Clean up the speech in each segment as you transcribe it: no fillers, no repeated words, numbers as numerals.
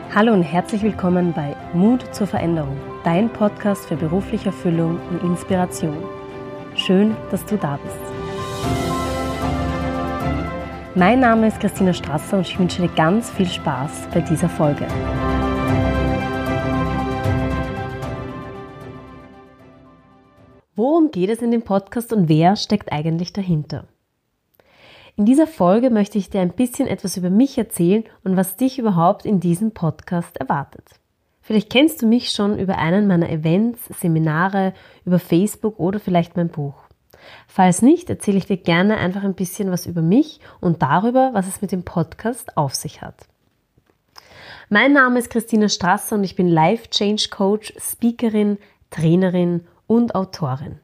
Hallo und herzlich willkommen bei Mut zur Veränderung, dein Podcast für berufliche Erfüllung und Inspiration. Schön, dass du da bist. Mein Name ist Christina Strasser und ich wünsche dir ganz viel Spaß bei dieser Folge. Worum geht es in dem Podcast und wer steckt eigentlich dahinter? In dieser Folge möchte ich dir ein bisschen etwas über mich erzählen und was dich überhaupt in diesem Podcast erwartet. Vielleicht kennst du mich schon über einen meiner Events, Seminare, über Facebook oder vielleicht mein Buch. Falls nicht, erzähle ich dir gerne einfach ein bisschen was über mich und darüber, was es mit dem Podcast auf sich hat. Mein Name ist Christina Strasser und ich bin Life Change Coach, Speakerin, Trainerin und Autorin.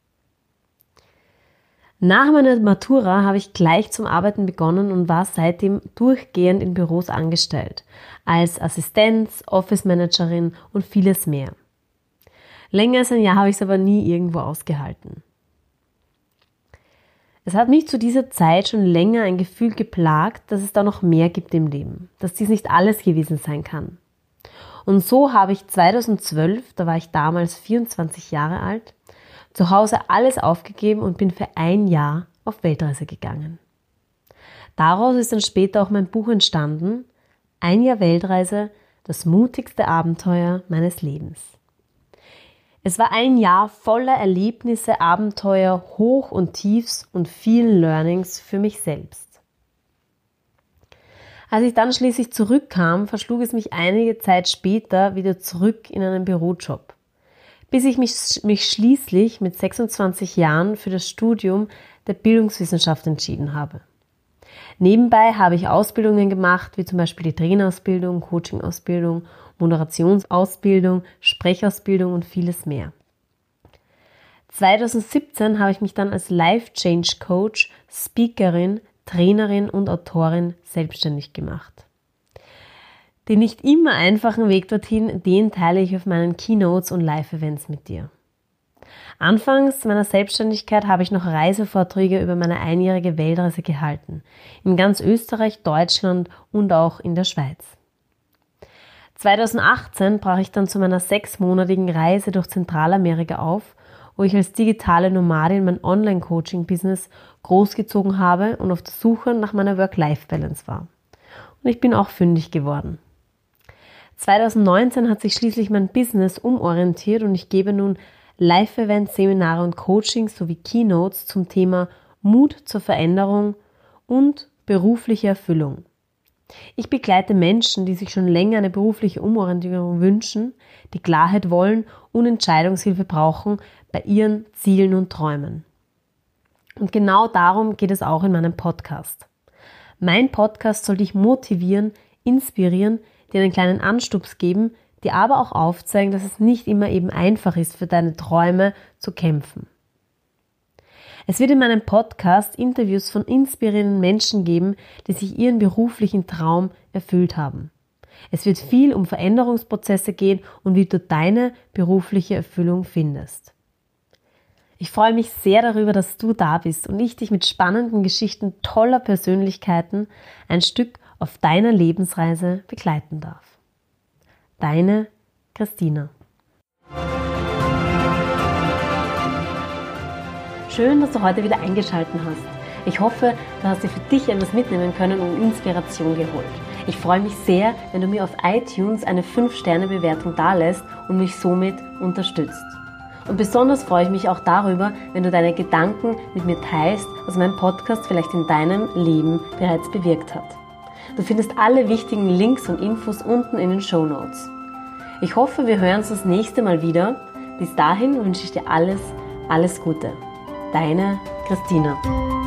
Nach meiner Matura habe ich gleich zum Arbeiten begonnen und war seitdem durchgehend in Büros angestellt, als Assistenz, Office Managerin und vieles mehr. Länger als ein Jahr habe ich es aber nie irgendwo ausgehalten. Es hat mich zu dieser Zeit schon länger ein Gefühl geplagt, dass es da noch mehr gibt im Leben, dass dies nicht alles gewesen sein kann. Und so habe ich 2012, da war ich damals 24 Jahre alt, zu Hause alles aufgegeben und bin für ein Jahr auf Weltreise gegangen. Daraus ist dann später auch mein Buch entstanden, Ein Jahr Weltreise, das mutigste Abenteuer meines Lebens. Es war ein Jahr voller Erlebnisse, Abenteuer, Hoch- und Tiefs und vielen Learnings für mich selbst. Als ich dann schließlich zurückkam, verschlug es mich einige Zeit später wieder zurück in einen Bürojob, bis ich mich schließlich mit 26 Jahren für das Studium der Bildungswissenschaft entschieden habe. Nebenbei habe ich Ausbildungen gemacht, wie zum Beispiel die Trainerausbildung, Coachingausbildung, Moderationsausbildung, Sprechausbildung und vieles mehr. 2017 habe ich mich dann als Life Change Coach, Speakerin, Trainerin und Autorin selbstständig gemacht. Den nicht immer einfachen Weg dorthin, den teile ich auf meinen Keynotes und Live-Events mit dir. Anfangs meiner Selbstständigkeit habe ich noch Reisevorträge über meine einjährige Weltreise gehalten, in ganz Österreich, Deutschland und auch in der Schweiz. 2018 brach ich dann zu meiner 6-monatigen Reise durch Zentralamerika auf, wo ich als digitale Nomadin mein Online-Coaching-Business großgezogen habe und auf der Suche nach meiner Work-Life-Balance war. Und ich bin auch fündig geworden. 2019 hat sich schließlich mein Business umorientiert und ich gebe nun Live-Events, Seminare und Coachings sowie Keynotes zum Thema Mut zur Veränderung und berufliche Erfüllung. Ich begleite Menschen, die sich schon länger eine berufliche Umorientierung wünschen, die Klarheit wollen und Entscheidungshilfe brauchen bei ihren Zielen und Träumen. Und genau darum geht es auch in meinem Podcast. Mein Podcast soll dich motivieren, inspirieren, dir einen kleinen Anstups geben, dir aber auch aufzeigen, dass es nicht immer eben einfach ist, für deine Träume zu kämpfen. Es wird in meinem Podcast Interviews von inspirierenden Menschen geben, die sich ihren beruflichen Traum erfüllt haben. Es wird viel um Veränderungsprozesse gehen und wie du deine berufliche Erfüllung findest. Ich freue mich sehr darüber, dass du da bist und ich dich mit spannenden Geschichten toller Persönlichkeiten ein Stück auf deiner Lebensreise begleiten darf. Deine Christina. Schön, dass du heute wieder eingeschaltet hast. Ich hoffe, du hast dir für dich etwas mitnehmen können und Inspiration geholt. Ich freue mich sehr, wenn du mir auf iTunes eine 5-Sterne-Bewertung dalässt und mich somit unterstützt. Und besonders freue ich mich auch darüber, wenn du deine Gedanken mit mir teilst, was mein Podcast vielleicht in deinem Leben bereits bewirkt hat. Du findest alle wichtigen Links und Infos unten in den Shownotes. Ich hoffe, wir hören uns das nächste Mal wieder. Bis dahin wünsche ich dir alles Gute. Deine Christina.